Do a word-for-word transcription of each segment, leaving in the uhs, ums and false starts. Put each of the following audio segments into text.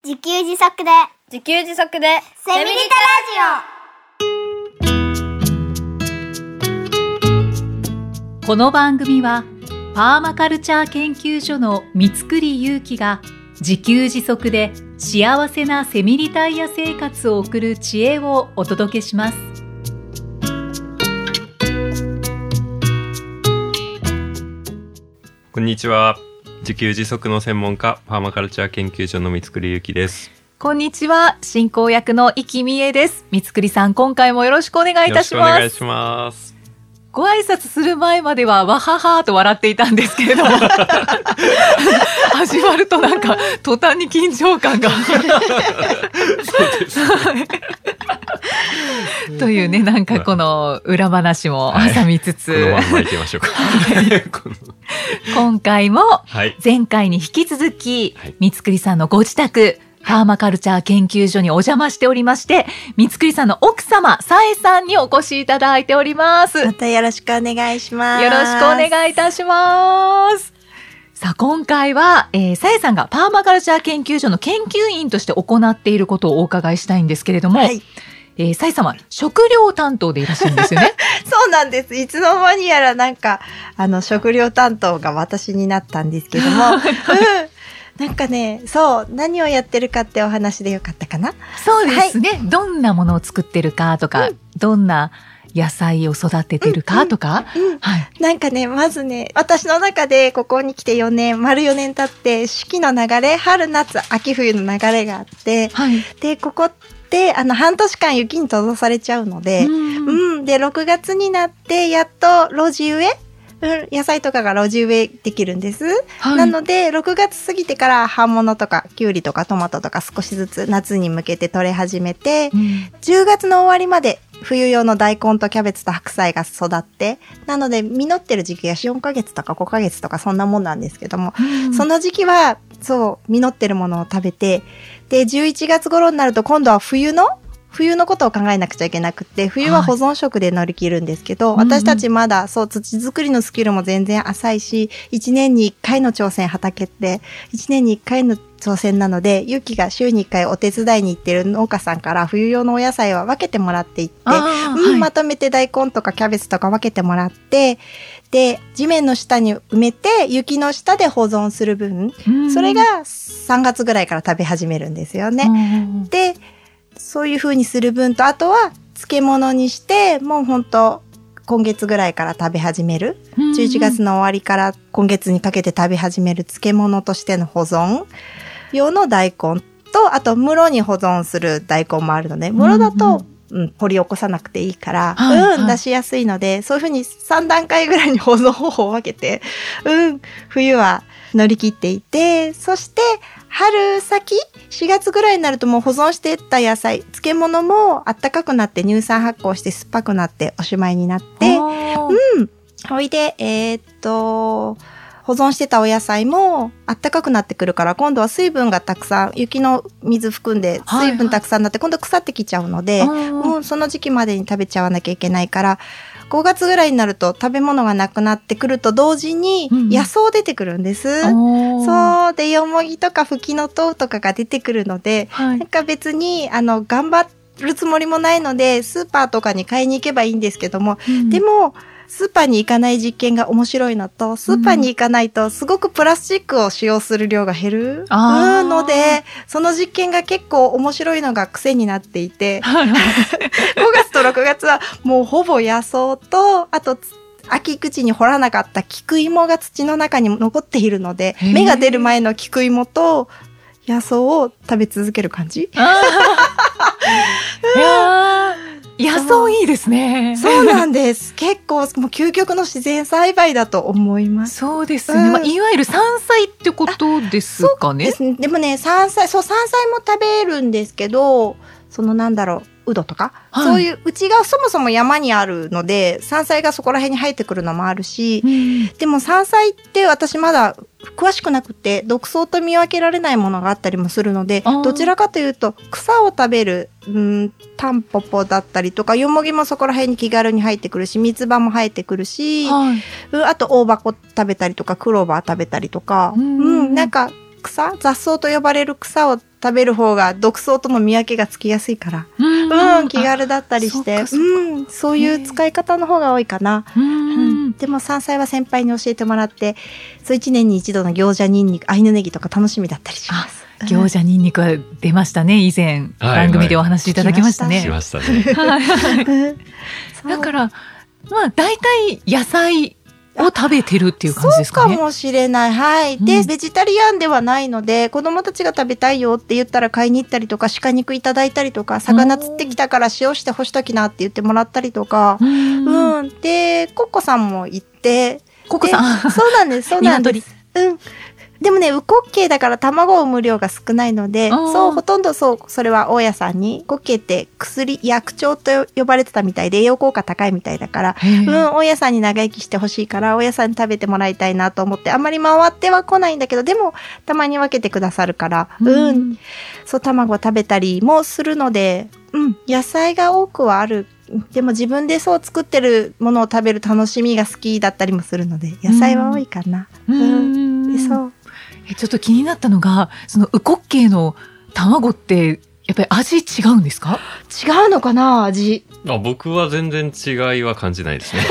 自給自足で自給自足でセミリタラジオ。 この番組はパーマカルチャー研究所の三栗祐樹が自給自足で幸せなセミリタイヤ生活を送る知恵をお届けします。 こんにちは。自給自足の専門家パーマカルチャー研究所の三栗祐樹です。 こんにちは、進行役の生きみえです。三栗さん、今回もよろしくお願いいたします。 よろしくお願いします。 ご挨拶する前まではわははと笑っていたんですけれども始まるとなんか途端に緊張感がそうですねというね、なんかこの裏話も挟みつつ、 はい、このまま行きましょうか今回も前回に引き続き、 はい、 三栗さんのご自宅パーマカルチャー研究所にお邪魔しておりまして、三栗さんの奥様、さえさんにお越しいただいております。 またよろしくお願いします。 よろしくお願いいたします。さあ、今回は、えー、さえさんがパーマカルチャー研究所の研究員として行っていることをお伺いしたいんですけれども、はい、えー、さえさんは食料担当でいらっしゃるんですよね。 そうなんです。いつの間にやらなんか、あの、食料担当が私になったんですけども、うんなんかね、そう、何をやってるかってお話でよかったかな？ そうですね。はい、どんなものを作ってるかとか、うん、どんな野菜を育ててるかとか、 うんうんはい、なんかね、まずね、私の中でここに来てよねん、丸よねん経って、四季の流れ、春、夏、秋、冬の流れがあって、はい、で、ここって、あの、半年間雪に閉ざされちゃうので、うん、うん、で、ろくがつになって、やっと路地植え野菜とかが路地植えできるんです、はい、なのでろくがつ過ぎてから葉物とかきゅうりとかトマトとか少しずつ夏に向けて取れ始めて、うん、じゅうがつの終わりまで冬用の大根とキャベツと白菜が育って、なので実ってる時期がよんかげつとかごかげつとかそんなもんなんですけども、うん、その時期はそう実ってるものを食べて、でじゅういちがつ頃になると今度は冬の冬のことを考えなくちゃいけなくて、冬は保存食で乗り切るんですけど、はい、私たちまだそう土作りのスキルも全然浅いし、いちねんにいっかいの挑戦畑っていちねんにいっかいの挑戦なので、ゆきが週にいっかいお手伝いに行ってる農家さんから冬用のお野菜は分けてもらっていって、うん、はい、まとめて大根とかキャベツとか分けてもらって、で地面の下に埋めて雪の下で保存する分、うん、それがさんがつぐらいから食べ始めるんですよね、うん、でそういう風にする分と、あとは漬物にしてもうほんと今月ぐらいから食べ始める、うんうん、じゅういちがつの終わりから今月にかけて食べ始める漬物としての保存用の大根と、あと室に保存する大根もあるので、室だと、うんうん、掘り起こさなくていいから、はいはい、うん、出しやすいので、そういう風にさんだんかいぐらいに保存方法を分けて、うん、冬は乗り切っていて、そして春先しがつぐらいになるともう保存していった野菜、漬物も暖かくなって乳酸発酵して酸っぱくなっておしまいになって、うん。ほいで、えー、っと、保存してたお野菜も暖かくなってくるから、今度は水分がたくさん、雪の水含んで水分たくさんになって、今度腐ってきちゃうので、もうその時期までに食べちゃわなきゃいけないから、ごがつぐらいになると食べ物がなくなってくると同時に野草出てくるんです、うん、そうでよもぎとかフキノトウとかが出てくるので、はい、なんか別にあの頑張るつもりもないのでスーパーとかに買いに行けばいいんですけども、うん、でもスーパーに行かない実験が面白いのと、スーパーに行かないとすごくプラスチックを使用する量が減る、うん、ので、その実験が結構面白いのが癖になっていて、ごがつとろくがつはもうほぼ野草と、あと秋口に掘らなかった菊芋が土の中に残っているので、芽が出る前の菊芋と野草を食べ続ける感じ。いやー野草いいですね。 そうなんです。結構もう究極の自然栽培だと思います。 そうですね。うん、まあ、いわゆる山菜ってことですかね。 そうですね。でもね、山菜、そう山菜も食べるんですけど、そのなんだろう、ウドとか、はい、そういううちがそもそも山にあるので山菜がそこら辺に生えてくるのもあるし、うん、でも山菜って私まだ詳しくなくて毒草と見分けられないものがあったりもするので、どちらかというと草を食べる、うん、タンポポだったりとかよもぎもそこら辺に気軽に生えてくるし、三つ葉も生えてくるし、はい、あと大葉食べたりとかクローバー食べたりとか、うん、うん、なんか草、雑草と呼ばれる草を食べる方が毒草との見分けがつきやすいから、 うん、 うん、気軽だったりして、そううん、そういう使い方の方が多いかな。うん、でも山菜は先輩に教えてもらって、そういちねんに一度の行者ニンニク、アイヌネギとか楽しみだったりします。 行者ニンニクは出ましたね、以前、はい、番組でお話しいただきましたね。 しましたね。 だから、まあ大体野菜を食べてるっていう感じですかね。 そうかもしれない。はい。で、うん、ベジタリアンではないので、子供たちが食べたいよって言ったら買いに行ったりとか、鹿肉いただいたりとか、魚釣ってきたから塩して干しときなって言ってもらったりとか、うん。うん、で、コッコさんも行って、 コッコさんそうなんです、そうなんです。うん。でもね、ウコッケイだから卵を産む量が少ないので、そう、ほとんどそう、それは大家さんに、ウコッケイって薬、薬鳥と呼ばれてたみたいで、栄養効果高いみたいだから、うん、大家さんに長生きしてほしいから、大家さんに食べてもらいたいなと思って、あんまり回っては来ないんだけど、でも、たまに分けてくださるから、うん、うん、そう、卵を食べたりもするので、うん、野菜が多くはある。でも自分でそう作ってるものを食べる楽しみが好きだったりもするので、野菜は多いかな。うん。うん、でそう。 え、ちょっと気になったのが、そのウコッケイの卵ってやっぱり味違うんですか？ 違うのかな、味。 あ、僕は全然違いは感じないですね。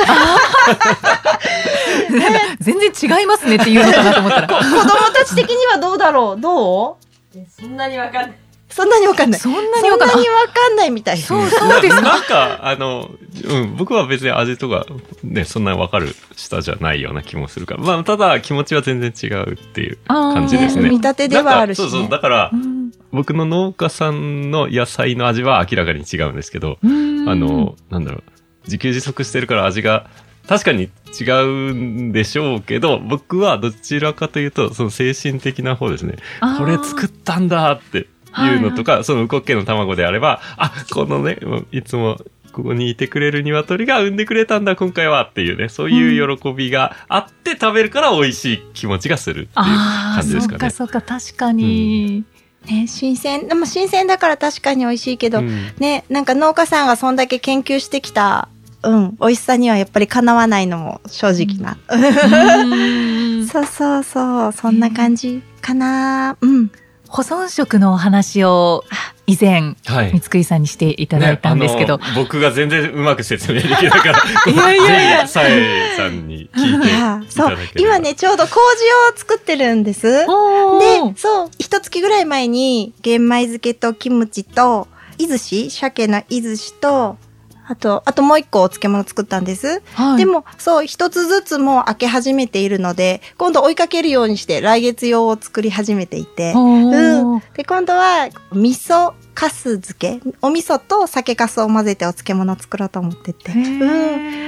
全然違いますねって言うのかなと思ったら。子供たち的にはどうだろう？どう？そんなにわかんない。 そんなにわかんない。 そんなにわかんない。 そんなにわかんないみたい。 そう、そうですか。 なんか、あの、うん、僕は別に味とか、ね、そんなにわかる舌じゃないような気もするから。まあ、ただ気持ちは全然違うっていう感じですね。 見立てではあるし、ね。 そうそう。だから、うん、僕の農家さんの野菜の味は明らかに違うんですけど、あの、なんだろう、自給自足してるから味が、確かに違うんでしょうけど、僕はどちらかというと、その精神的な方ですね。これ作ったんだって。いうのとか、はいはい、そのウコッケイの卵であれば、あ、このね、いつもここにいてくれる鶏が産んでくれたんだ今回はっていうね、そういう喜びがあって食べるから美味しい気持ちがするっていう感じですかね。 ああ、そうかそうか、確かに。 うん、ね、新鮮、でも新鮮だから確かに美味しいけど、うん、ね、なんか農家さんがそんだけ研究してきた、うん、美味しさにはやっぱりかなわないのも正直な。うん、そうそうそう、そんな感じかな。うん。 保存食のお話を以前、はい、三つくりさんにしていただいたんですけど、 ね、僕が全然うまく説明できないからいやいやいやさえさんに聞いていただければ。そう今ねちょうど麹を作ってるんです。でそう一月ぐらい前に玄米漬けとキムチといずし鮭のいずしとあと、あともう一個お漬物作ったんです。はい、でも、そう、一つずつもう開け始めているので、今度追いかけるようにして来月用を作り始めていて、うん。で、今度は、味噌かす漬け、お味噌と酒かすを混ぜてお漬物を作ろうと思ってて、うん。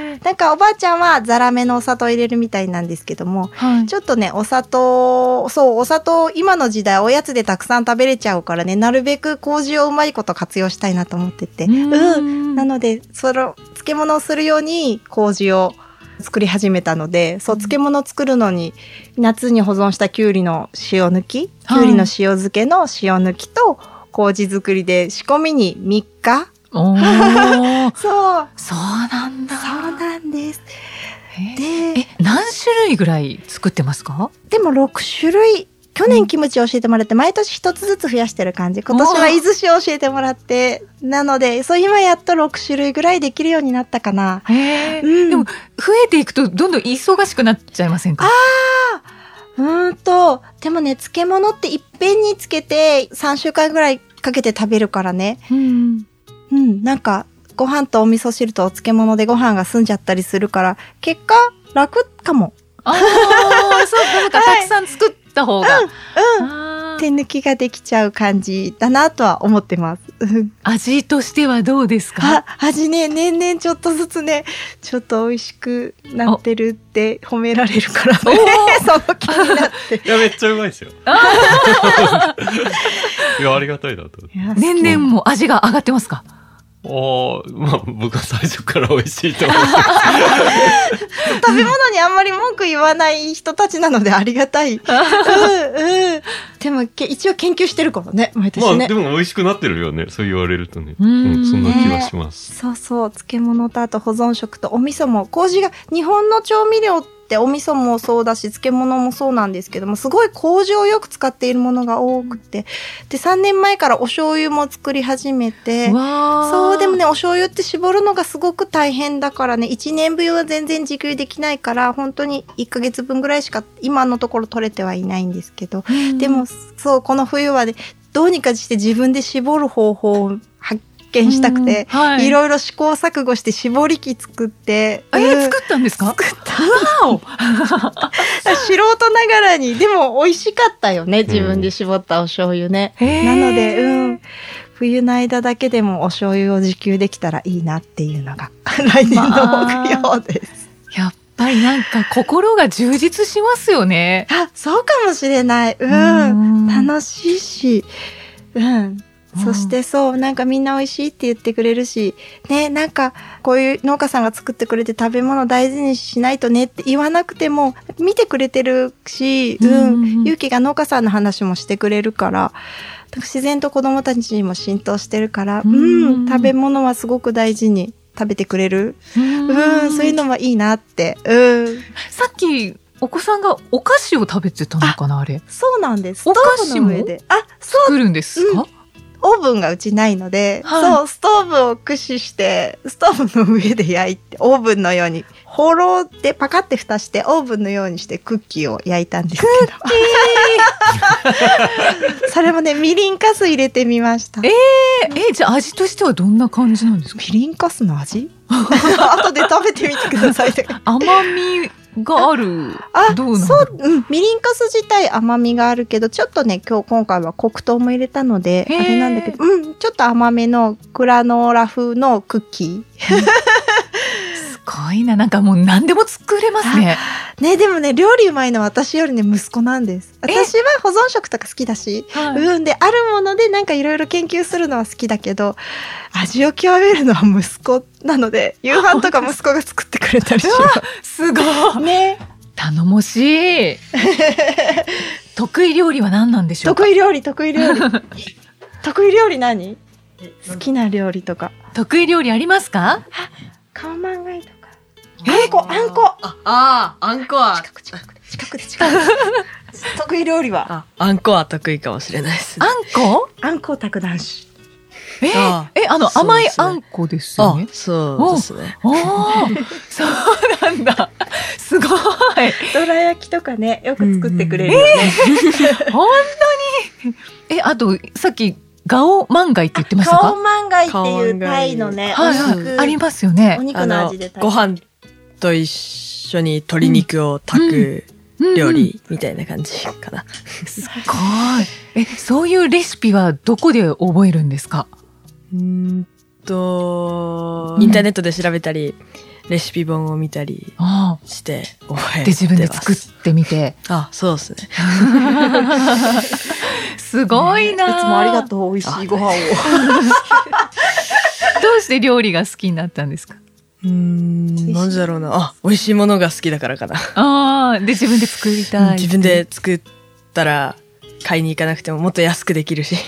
なんかおばあちゃんはザラメのお砂糖を入れるみたいなんですけども、はい、ちょっとね、お砂糖、そう、お砂糖、今の時代おやつでたくさん食べれちゃうからね、なるべく麹をうまいこと活用したいなと思ってて、うん。うん、なので、その漬物をするように麹を作り始めたので、そう、漬物を作るのに、夏に保存したきゅうりの塩抜き、きゅうりの塩漬けの塩抜きと、麹作りで仕込みにみっか、 おそう。 そうなんだ。 そうなんです。 で、え、何種類ぐらい作ってますか？ でもろく種類。去年キムチを教えてもらって、毎年一つずつ増やしてる感じ。今年は伊豆酒を教えてもらって、なので、そう今やっとろく種類ぐらいできるようになったかな。 へー、うん。でも、増えていくとどんどん忙しくなっちゃいませんか？ ああ、うーんと、でもね、漬物っていっぺんにつけてさんしゅうかんぐらいかけて食べるからね。うん。うん、なんか、ご飯とお味噌汁とお漬物でご飯が済んじゃったりするから、結果、楽かも。 ああ、そうか、なんかたくさん作った方が。 うん、うん。手抜きができちゃう感じだなとは思ってます。 味としてはどうですか？ 味ね、年々ちょっとずつね、ちょっと美味しくなってるって褒められるからね。その気になって。 いや、めっちゃうまいですよ。いや、ありがたいなと。 年々も味が上がってますか？ ああ、まあ僕は最初から美味しいと思って食べ物にあんまり文句言わない人たちなのでありがたい。うんうん。でも一応研究してるからね、毎年ね。 まあでも美味しくなってるよね、そう言われるとね。うん、うん、そんな気がします。 そうそう、漬物とあと保存食とお味噌も、麹が日本の調味料ってお味噌もそうだし漬物もそうなんですけども、すごい麹をよく使っているものが多くて、でさんねんまえからお醤油も作り始めて、そうでもねお醤油って絞るのがすごく大変だからね、いちねんぶんは全然自給できないから本当にいっかげつぶんぐらいしか今のところ取れてはいないんですけど、でもそうこの冬はねどうにかして自分で絞る方法を発見したくて、はい、いろいろ試行錯誤して絞り器作って、 えー、作ったんですか？ 作った。わお素人ながらにでも美味しかったよね、自分で絞ったお醤油ね。なので、うん、冬の間だけでもお醤油を自給できたらいいなっていうのが来年の目標です。 やっぱりなんか心が充実しますよね。 あ、そうかもしれない。うん、うん楽しいし、うん。そしてそうなんかみんな美味しいって言ってくれるしね、なんかこういう農家さんが作ってくれて食べ物大事にしないとねって言わなくても見てくれてるし、うん、勇気が農家さんの話もしてくれるから自然と子どもたちにも浸透してるから、うん、食べ物はすごく大事に食べてくれる、うん、うんそういうのもいいなって、うん、 さっきお子さんがお菓子を食べてたのかな、あれ。 そうなんです。 お菓子も作るんですか？ オーブンがうちないので、はい、そうストーブを駆使してストーブの上で焼いてオーブンのようにホロでパカって蓋してオーブンのようにしてクッキーを焼いたんですけどそれもねみりんかす入れてみました。 えー、えー、じゃあ味としてはどんな感じなんですか？ みりんかすの味後で食べてみてください甘みがある。 あ、どうなんだろう。そう、うん、みりんかす自体甘みがあるけど、ちょっとね、今日今回は黒糖も入れたので、あれなんだけど、うん、ちょっと甘めのグラノーラ風のクッキー。 すごいな、なんかもう何でも作れますね。 ね、でもね、料理うまいのは私よりね、息子なんです。私は保存食とか好きだし、うんで、あるものでなんかいろいろ研究するのは好きだけど、味を極めるのは息子なので、夕飯とか息子が作ってくれたりします。 すごい。ね。頼もしい。得意料理は何なんでしょうか？ 得意料理、得意料理。得意料理何？好きな料理とか。 得意料理ありますか？ カオマンガイとか。あんこ、あんこ。 ああ、あんこは。 近く、近くで、近くで、近くで。得意料理はあ、あんこは得意かもしれないです、 ね。あんこ？ あんこ炊く男子。 えー、あえ、あの、甘いあんこですよね。 そうですね。 おーそうなんだ。すごい。 どら焼きとかね、よく作ってくれるよね。 えー、本当に。え、あと、さっき、ガオマンガイって言ってましたか？ ガオマンガイっていうタイのね、 はいはい、ありますよね。 お肉の味でご飯と一緒に鶏肉を炊く料理みたいな感じかな。 すごい。え、そういうレシピはどこで覚えるんですか？ うーんと、インターネットで調べたり、レシピ本を見たりして覚えてます。で、 自分で作ってみて。 あ、そうですね。 すごいな、 ね。いつもありがとう、美味しいご飯を。どうして料理が好きになったんですか？ うーん、なんだろうな。あ、美味しいものが好きだからかな。 ああ、で、自分で作りたい。 自分で作ったら、買いに行かなくてももっと安くできるし。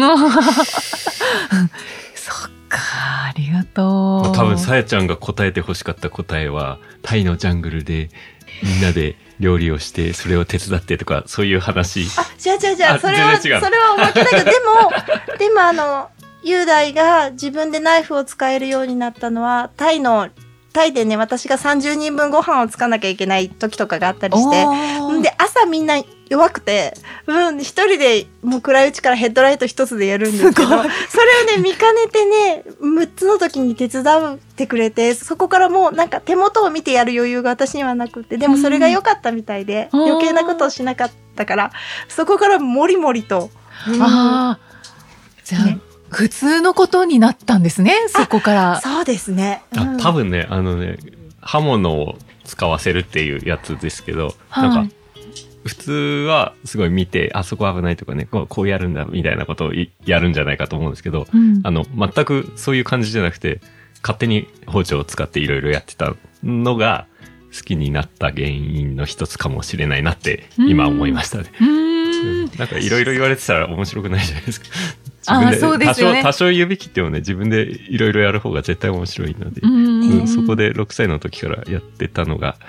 そっか、ありがとう。 多分さやちゃんが答えて欲しかった答えはタイのジャングルでみんなで料理をしてそれを手伝ってとかそういう話。 あ、違う違う違う、それはそれはおまけだけど、でもでもあの雄大が自分でナイフを使えるようになったのはタイのタイでね、私がさんじゅうにんぶんご飯をつかなきゃいけない時とかがあったりして、で朝みんな弱くて、うん、一人でもう暗いうちからヘッドライト一つでやるんですけど、それをね見かねてね、むっつの時に手伝ってくれて、そこからもうなんか手元を見てやる余裕が私にはなくて、でもそれが良かったみたいで、うん、余計なことをしなかったから、そこからもりもりと。 うん、ああ、じゃあ、ね、普通のことになったんですね、そこから。 そうですね。 うん、あ、多分ね、あのね、刃物を使わせるっていうやつですけど、はい、なんか、普通はすごい見て、あそこ危ないとかね、こう、こうやるんだみたいなことをやるんじゃないかと思うんですけど、うん、あの、全くそういう感じじゃなくて、勝手に包丁を使っていろいろやってたのが好きになった原因の一つかもしれないなって今思いましたね。うん、なんかいろいろ言われてたら面白くないじゃないですか。自分であ、そうですよね、 多少、多少指切ってもね、自分でいろいろやる方が絶対面白いので、うん、うん、そこでろくさいの時からやってたのが、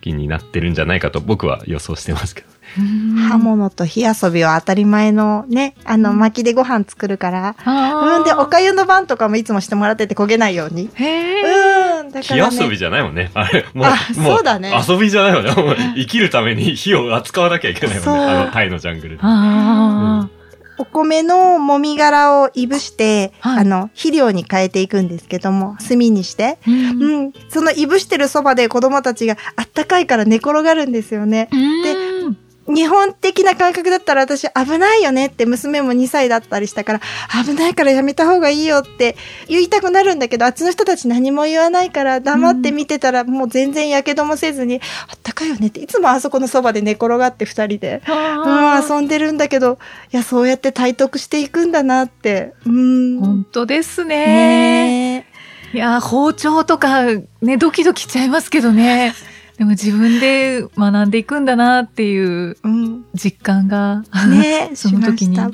きになってるんじゃないかと僕は予想してますけど。 刃物と火遊びは当たり前のね、あの薪でご飯作るから、うん、でお粥の番とかもいつもしてもらってて焦げないように。 へうん、だからね、 火遊びじゃないもんね。あれもうあ、そうだね。 遊びじゃないもんね。もう生きるために火を扱わなきゃいけないもんね。あのタイのジャングルで。 あ、 うん、お米のもみ殻をいぶして、はい、あの肥料に変えていくんですけども、炭にして、うん、うん、そのいぶしてるそばで子供たちがあったかいから寝転がるんですよね。で、日本的な感覚だったら私危ないよねって娘もにさいだったりしたから危ないからやめた方がいいよって言いたくなるんだけど、あっちの人たち何も言わないから黙って見てたらもう全然やけどもせずに、あったかいよねっていつもあそこのそばで寝転がってふたりで、うん、遊んでるんだけど、いやそうやって体得していくんだなって。うん、 本当ですね。ね、いや包丁とかねドキドキしちゃいますけどね。でも自分で学んでいくんだなっていう実感が、うん、ねその時に、うん、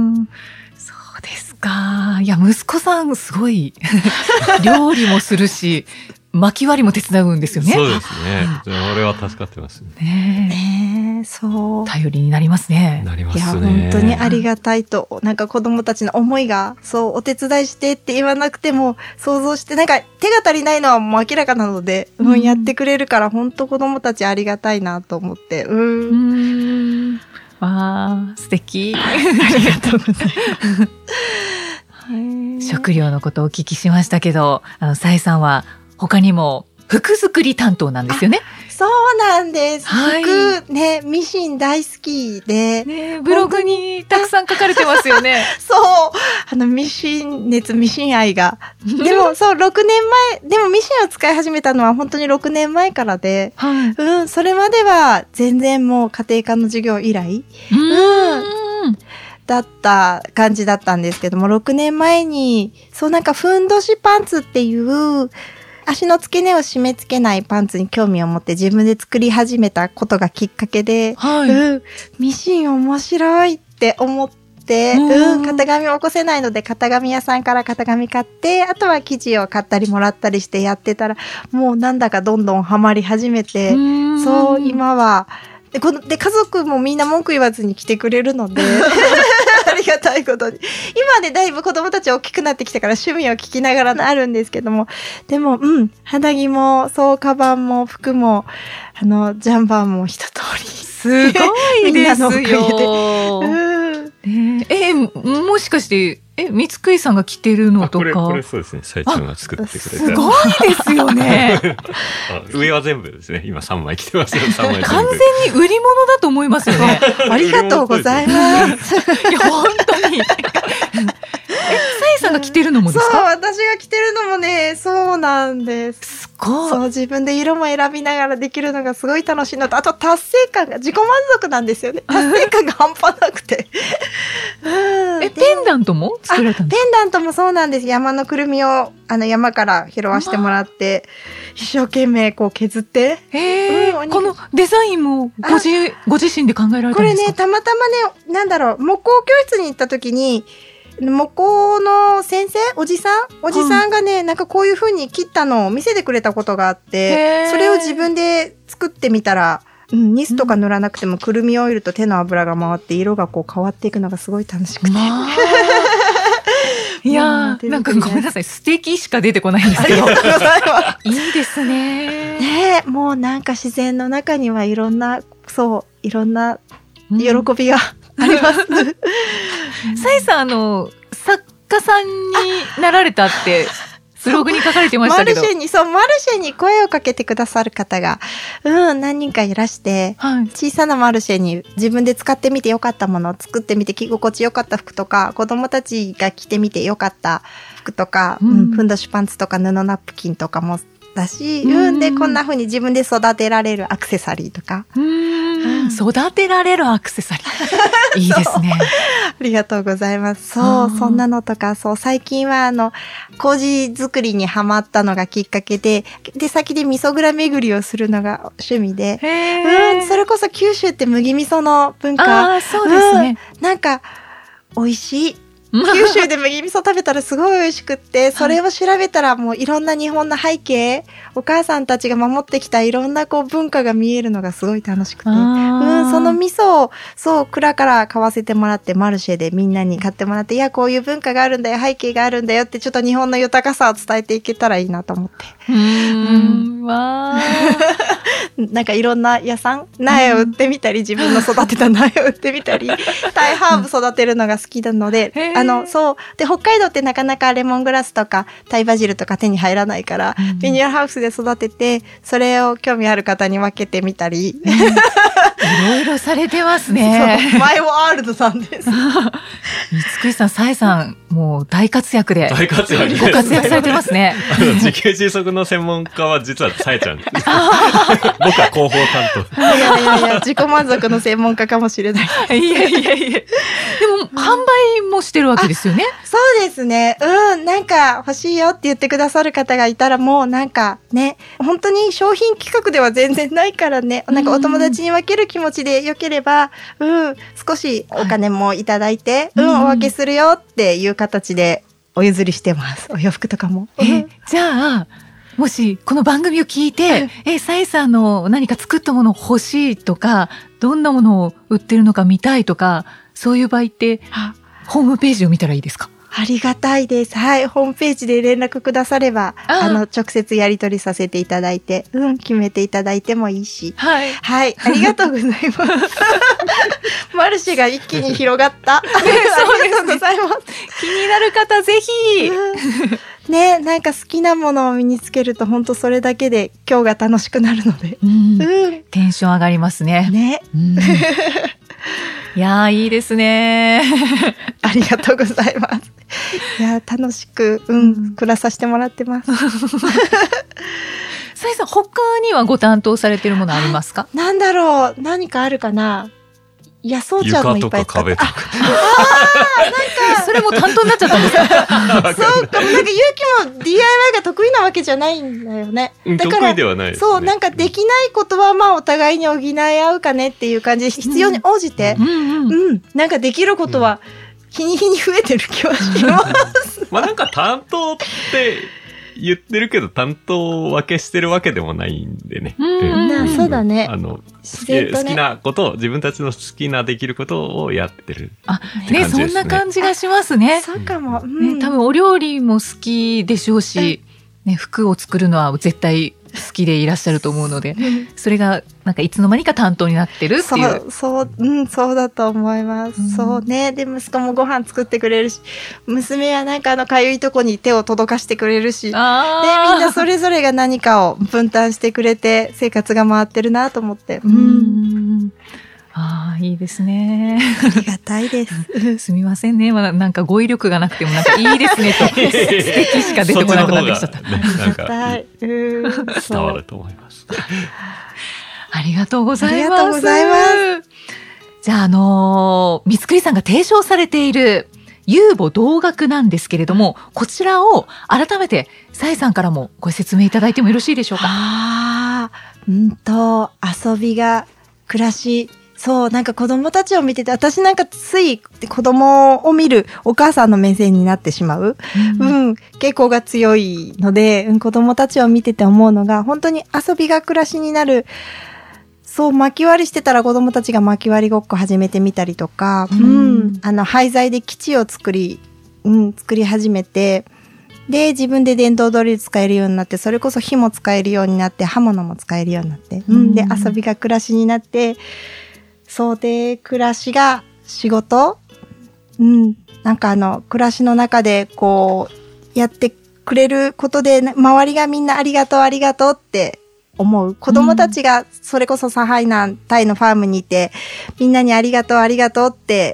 そうですか。いや息子さんすごい料理もするし薪割りも手伝うんですよね。 そうですね。俺は助かってますね。 ねえ、そう。 頼りになりますね。 なりますね。 いや本当にありがたいと、なんか子供たちの思いがそうお手伝いしてって言わなくても想像して、なんか手が足りないのはもう明らかなので、うん、うん、やってくれるから本当子供たちありがたいなと思って、うん。うーん、わあ素敵。 ありがとうございます。食料のことをお聞きしましたけど、あのさえさんは他にも服作り担当なんですよね。 そうなんです。はい、服ね、ミシン大好きで、 ね、ブログにたくさん書かれてますよね。 そう、あのミシン熱、ミシン愛が。でもそうろくねんまえ、でもミシンを使い始めたのは本当にろくねんまえからで、はい、うん、それまでは全然もう家庭科の授業以来、うん、うん、だった感じだったんですけども、ろくねんまえにそうなんかふんどしパンツっていう足の付け根を締め付けないパンツに興味を持って自分で作り始めたことがきっかけで、はい、うん、ミシン面白いって思って、うん、型紙を起こせないので型紙屋さんから型紙買って、あとは生地を買ったりもらったりしてやってたら、もうなんだかどんどんハマり始めて、うそう今はでこので家族もみんな文句言わずに来てくれるのでありがたいことに今でだいぶ子供たち大きくなってきてから趣味を聞きながらなるんですけども、でもうん肌着もそうカバンも服もあのジャンバーも一通りすごいですよ。うんね、えもしかしてえ三つくいさんが着てるのとか、これこれそうですね、さえちゃんが作ってくれた。 すごいですよね。 上は全部ですね、今さんまい着てますよ。さんまい完全に売り物だと思いますよね。 ありがとうございます。 いや本当に。え、さえさんが着てるのもですか？ そう、私が着てるのもね、そうなんです。 すごい。そう、 自分で色も選びながらできるのがすごい楽しいのと、あと達成感が、自己満足なんですよね。達成感が半端なくて。 うん、え、ペンダントも作られたんですか？ ペンダントもそうなんです。山のくるみをあの山から拾わしてもらって、一生懸命こう削って。 へー、うん、このデザインもご自ご自身で考えられたんですか？ これね、たまたまね、なんだろう、木工教室に行った時に、木工の先生おじさんおじさんがね、うん、なんかこういう風に切ったのを見せてくれたことがあって、それを自分で作ってみたら、うん、ニスとか塗らなくてもくるみオイルと手の油が回って色がこう変わっていくのがすごい楽しくて、まあ、 いやーなんかごめんなさい、素敵しか出てこないんですけどいいですね。 ねえ、もうなんか自然の中にはいろんなそういろんな喜びが、うん、あります。 さえさん、あの作家さんになられたってブログに書かれてましたけど、 マルシェにそうマルシェに声をかけてくださる方が、うん、何人かいらして、はい、小さなマルシェに自分で使ってみてよかったものを作ってみて着心地よかった服とか、子供たちが着てみてよかった服とか、うんうん、ふんどしパンツとか布ナプキンとかもだし、うん、うん、でこんな風に自分で育てられるアクセサリーとか、 うん、うん、育てられるアクセサリーいいですね。 ありがとうございます。そう、そんなのとか、そう、最近はあの、麹作りにハマったのがきっかけで、で、先で味噌蔵巡りをするのが趣味で、うん、それこそ九州って麦味噌の文化。 あ、そうですね。 うん、なんか、美味しい。 九州で麦味噌食べたらすごい美味しくって、それを調べたらもういろんな日本の背景、お母さんたちが守ってきたいろんなこう文化が見えるのがすごい楽しくて、うん、その味噌をそう蔵から買わせてもらって、マルシェでみんなに買ってもらって、いやこういう文化があるんだよ、背景があるんだよって、ちょっと日本の豊かさを伝えていけたらいいなと思って。 うーん、わーなんかいろんな野菜苗を売ってみたり、自分の育てた苗を売ってみたり、タイハーブ育てるのが好きなので、あのそうで北海道ってなかなかレモングラスとかタイバジルとか手に入らないから、うん、ビニールハウスで育てて、それを興味ある方に分けてみたり、うん、いろいろされてますね。 マイワールドさんです。 三石さん、さえさん、もう大活躍で大活躍ご活躍されてますね。 あの自給自足の専門家は実はさえちゃん僕は広報担当。 いやいやいや、自己満足の専門家かもしれない。 いやいやいや、でも販売もしてるわけですよね。 そうですね。うん。なんか欲しいよって言ってくださる方がいたら、もうなんかね、本当に商品企画では全然ないからね、なんかお友達に分ける気持ちでよければ、うん、少しお金もいただいて、はい、うん、お分けするよっていう形でお譲りしてます。お洋服とかも。 え、じゃあ、もしこの番組を聞いて、え、さえさんの何か作ったもの欲しいとか、どんなものを売ってるのか見たいとか、そういう場合って、ホームページを見たらいいですか？ ありがたいです。はい。ホームページで連絡くだされば、あ, あの、直接やり取りさせていただいて、うん、決めていただいてもいいし。 はい。 はい。ありがとうございます。マルシェが一気に広がった。 そうですね、ありがとうございます。気になる方、ぜひ。 うん、ね、なんか好きなものを身につけると、本当それだけで今日が楽しくなるので。 うん。うん、テンション上がりますね。 ね。 うんいやー、いいですね。 ありがとうございます。いやー、楽しく、うん、うん、暮らさせてもらってます。 さえさん、他にはご担当されているものありますか？ なんだろう、何かあるかな。いや、そうちゃんもいっぱい使って。 床とか壁とか。 ああ、なんか、それも担当になっちゃったんですか？ そうか、なんか、ゆうきも ディーアイワイ が得意なわけじゃないんだよね。だから、 得意ではないですね。 そう、なんかできないことは、まあ、お互いに補い合うかねっていう感じで、必要に応じて、うん、うんうん、なんかできることは、日に日に増えてる気はします。 まあ、なんか担当って、言ってるけど担当分けしてるわけでもないんでね。 うん、うん、そうだね。 あの、ね、好きなことを、自分たちの好きなできることをやってる。 あ、ね、そんな感じがしますね。 そうかも、うん、 ね。多分お料理も好きでしょうし、ね、服を作るのは絶対好きでいらっしゃると思うので、それがなんかいつの間にか担当になってるっていう。 そう、そう、うん、そうだと思います。うん、そうね。で、息子もご飯作ってくれるし、娘はなんかあのかゆいとこに手を届かしてくれるし、で、みんなそれぞれが何かを分担してくれて、生活が回ってるなと思って。うん。うんああ、いいですね。 ありがたいです。 すみませんね。まだなんか語彙力がなくてもなんかいいですねと、素敵しか出てこなくなってきちゃった。 ね、なんか伝わると思います。 ありがとうございます。ありがとうございます。 じゃあ、あのー、三つくりさんが提唱されている遊母同学なんですけれども、こちらを改めてさえさんからもご説明いただいてもよろしいでしょうか。 ああ、うんと、遊びが暮らし、そう、なんか子供たちを見てて、私なんかつい子供を見るお母さんの目線になってしまう。うん、うん、傾向が強いので、うん、子供たちを見てて思うのが、本当に遊びが暮らしになる。そう、巻き割りしてたら子供たちが巻き割りごっこ始めてみたりとか、うん、うん、あの、廃材で基地を作り、うん、作り始めて、で、自分で電動ドリル使えるようになって、それこそ火も使えるようになって、刃物も使えるようになって、うん、で、遊びが暮らしになって、そうで、暮らしが仕事、うん、なんかあの、暮らしの中でこう、やってくれることで、周りがみんなありがとうありがとうって思う。子供たちがそれこそサハイナン、タイのファームにいて、みんなにありがとうありがとうって、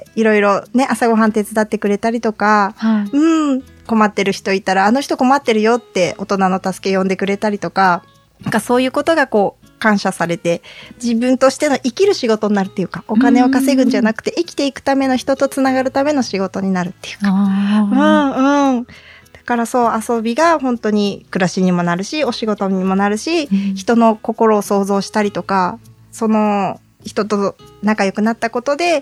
いろいろね、朝ごはん手伝ってくれたりとか、はい、うん、困ってる人いたら、あの人困ってるよって大人の助け呼んでくれたりとか、なんかそういうことがこう、感謝されて、自分としての生きる仕事になるっていうか、お金を稼ぐんじゃなくて、生きていくための人とつながるための仕事になるっていうか。うんうん。だからそう、遊びが本当に暮らしにもなるし、お仕事にもなるし、うん、人の心を想像したりとか、その人と仲良くなったことで、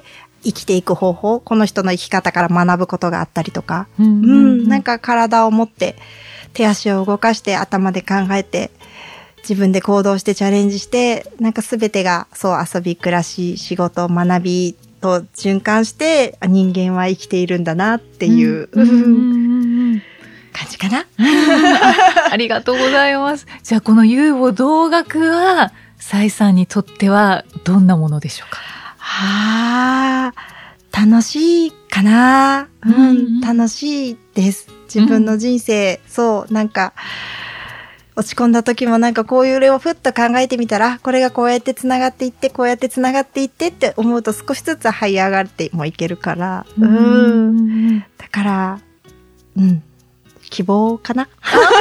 生きていく方法、この人の生き方から学ぶことがあったりとか、 うんうんうんうん、なんか体を持って手足を動かして頭で考えて自分で行動してチャレンジして、なんか全てがそう遊び、暮らし、仕事、学びと循環して人間は生きているんだなっていう、うんうんうん、感じかな。 ありがとうございます。じゃあこの遊母同学はサイさんにとってはどんなものでしょうか？ はあ、楽しいかな、うん、うん、楽しいです。自分の人生、うん、そう、なんか、落ち込んだ時もなんかこういう例をふっと考えてみたら、これがこうやって繋がっていって、こうやって繋がっていってって思うと少しずつ這い上がってもいけるから、うん。うん、だから、うん、希望かな。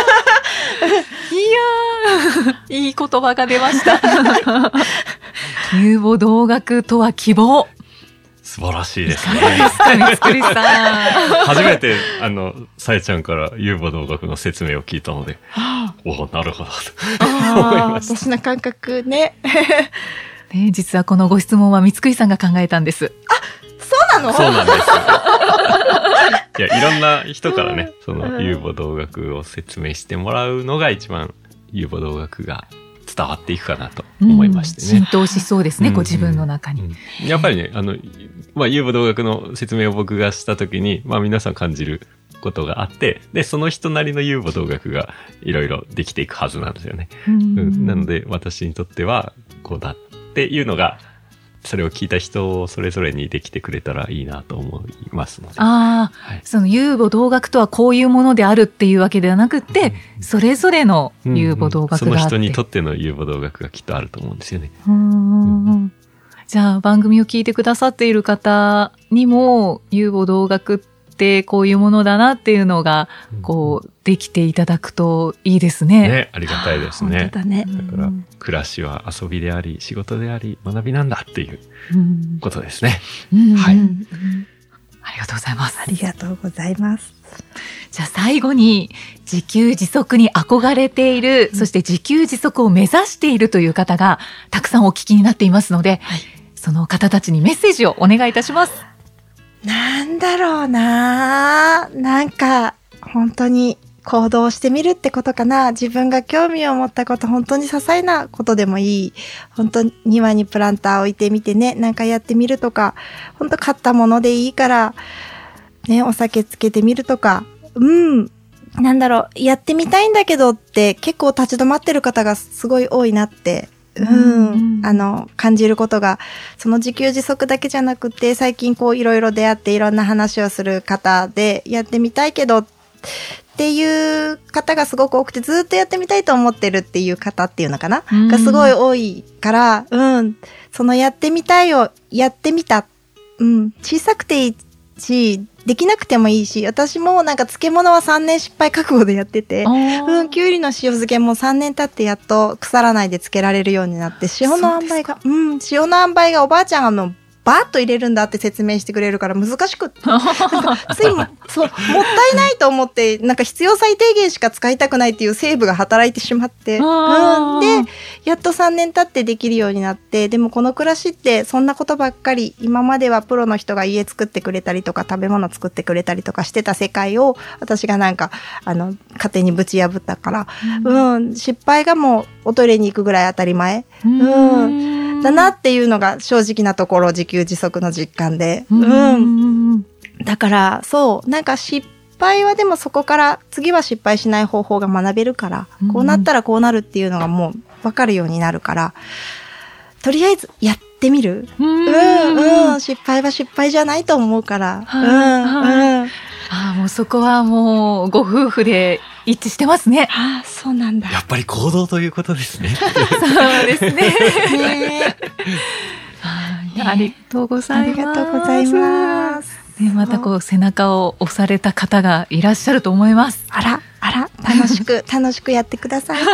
いやー、いい言葉が出ました。遊母同学とは希望。 素晴らしいですね。 三つくりさん。 初めて、あの、さえちゃんから遊母同学の説明を聞いたので、おお、なるほど、と思いました。 私の感覚ね。 ね、実はこのご質問は三つくりさんが考えたんです。 あ、そうなの？ そうなんです。いや、いろんな人からね、その遊母同学を説明してもらうのが一番遊母同学が伝わっていくかなと思いましてね。 うん、浸透しそうですね、うん、こう自分の中に。 うん、やっぱりね、あの、まあ、遊母同学の説明を僕がしたときに、まあ皆さん感じることがあって、で、その人なりの遊母同学がいろいろできていくはずなんですよね。うん、うん、なので私にとってはこうだっていうのが、それを聞いた人それぞれにできてくれたらいいなと思いますので。 ああ、はい、その遊母同学とはこういうものであるっていうわけではなくって、うん、それぞれの遊母同学があって、うんうん、 その人にとっての遊母同学がきっとあると思うんですよね。 うーん、うん、じゃあ番組を聞いてくださっている方にも遊母同学ってこういうものだなっていうのが、うん、こうできていただくといいですね。 ね、ありがたいですね。 本当だね。 だから暮らしは遊びであり仕事であり学びなんだっていうことですね。 うん、 はい、うん。 ありがとうございます。 ありがとうございます。 じゃあ最後に自給自足に憧れている、うん、そして自給自足を目指しているという方がたくさんお聞きになっていますので、はい、その方たちにメッセージをお願いいたします。 なんだろうな、なんか本当に行動してみるってことかな。自分が興味を持ったこと、本当に些細なことでもいい。本当に庭にプランター置いてみてね、なんかやってみるとか、本当買ったものでいいから、ね、お酒つけてみるとか、うん、なんだろう、やってみたいんだけどって結構立ち止まってる方がすごい多いなって、うん、うん、あの、感じることが、その自給自足だけじゃなくて、最近こういろいろ出会っていろんな話をする方で、やってみたいけど、っていう方がすごく多くて、ずっとやってみたいと思ってるっていう方っていうのかな、うん、がすごい多いから、うん、そのやってみたいをやってみた、うん、小さくていいし、できなくてもいいし、私もなんか漬物はさんねん失敗覚悟でやってて、うん、きゅうりの塩漬けもさんねん経ってやっと腐らないで漬けられるようになって、塩の塩梅が、うん、塩の塩梅がおばあちゃんがあの、バーッと入れるんだって説明してくれるから難しくってついもそうもったいないと思って、なんか必要最低限しか使いたくないっていうセーブが働いてしまって、うん、でやっとさんねん経ってできるようになって、でもこの暮らしってそんなことばっかり、今まではプロの人が家作ってくれたりとか食べ物作ってくれたりとかしてた世界を私がなんかあの勝手にぶち破ったから、うん、うん、失敗がもうおトイレに行くぐらい当たり前、うん、うんだなっていうのが正直なところ自給自足の実感で、うん、うん、だからそうなんか失敗はでもそこから次は失敗しない方法が学べるから、うん、こうなったらこうなるっていうのがもう分かるようになるから、とりあえずやってみる、うん、うん、うん、失敗は失敗じゃないと思うから、うん、うん、 ああ、もうそこはもうご夫婦で一致してますね。 ああ、そうなんだ。 やっぱり行動ということですね。 そうですね。ねありがとうございます。 ありがとうございます。 ね、またこう背中を押された方がいらっしゃると思います。 あら、あら、楽しく、楽しくやってください。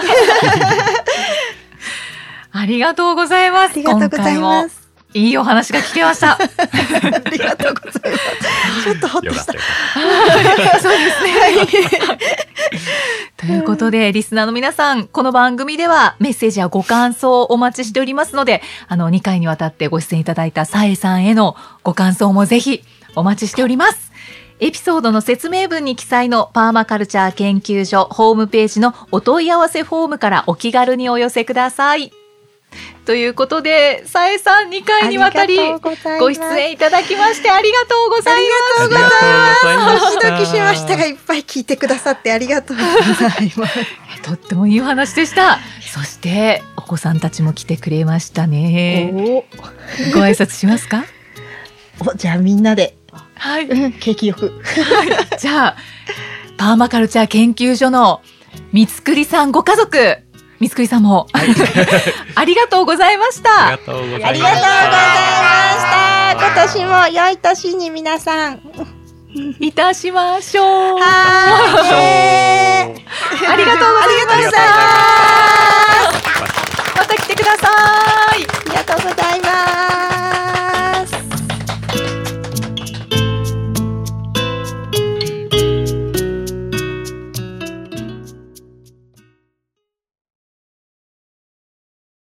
ありがとうございます。 ありがとうございます。 いいお話が聞けました。ありがとうございます。ちょっとほっとした。 そうですね。とということで、リスナーの皆さん、この番組ではメッセージやご感想をお待ちしておりますので、あの、にかいにわたってご出演いただいたさえさんへのご感想もぜひお待ちしております。エピソードの説明文に記載のパーマカルチャー研究所ホームページのお問い合わせフォームからお気軽にお寄せください。ということで、さえさんにかいにわたりご出演いただきましてありがとうございます。 ありがとうございます。ドキドキしましたが、いっぱい聞いてくださってありがとうございます。 とってもいいお話でした。そしてお子さんたちも来てくれましたね。ご挨拶しますか？ お、じゃあみんなで。 はい。 景気よく。 はい。じゃあ、パーマカルチャー研究所の三つくりさんご家族、三つくりさんも、はい、ありがとうございました。 ありがとうございました。 ありがとうございました。今年も良い年に皆さん。 いたしましょう。 はーい。 ありがとうございました。また来てください。 ありがとうございます。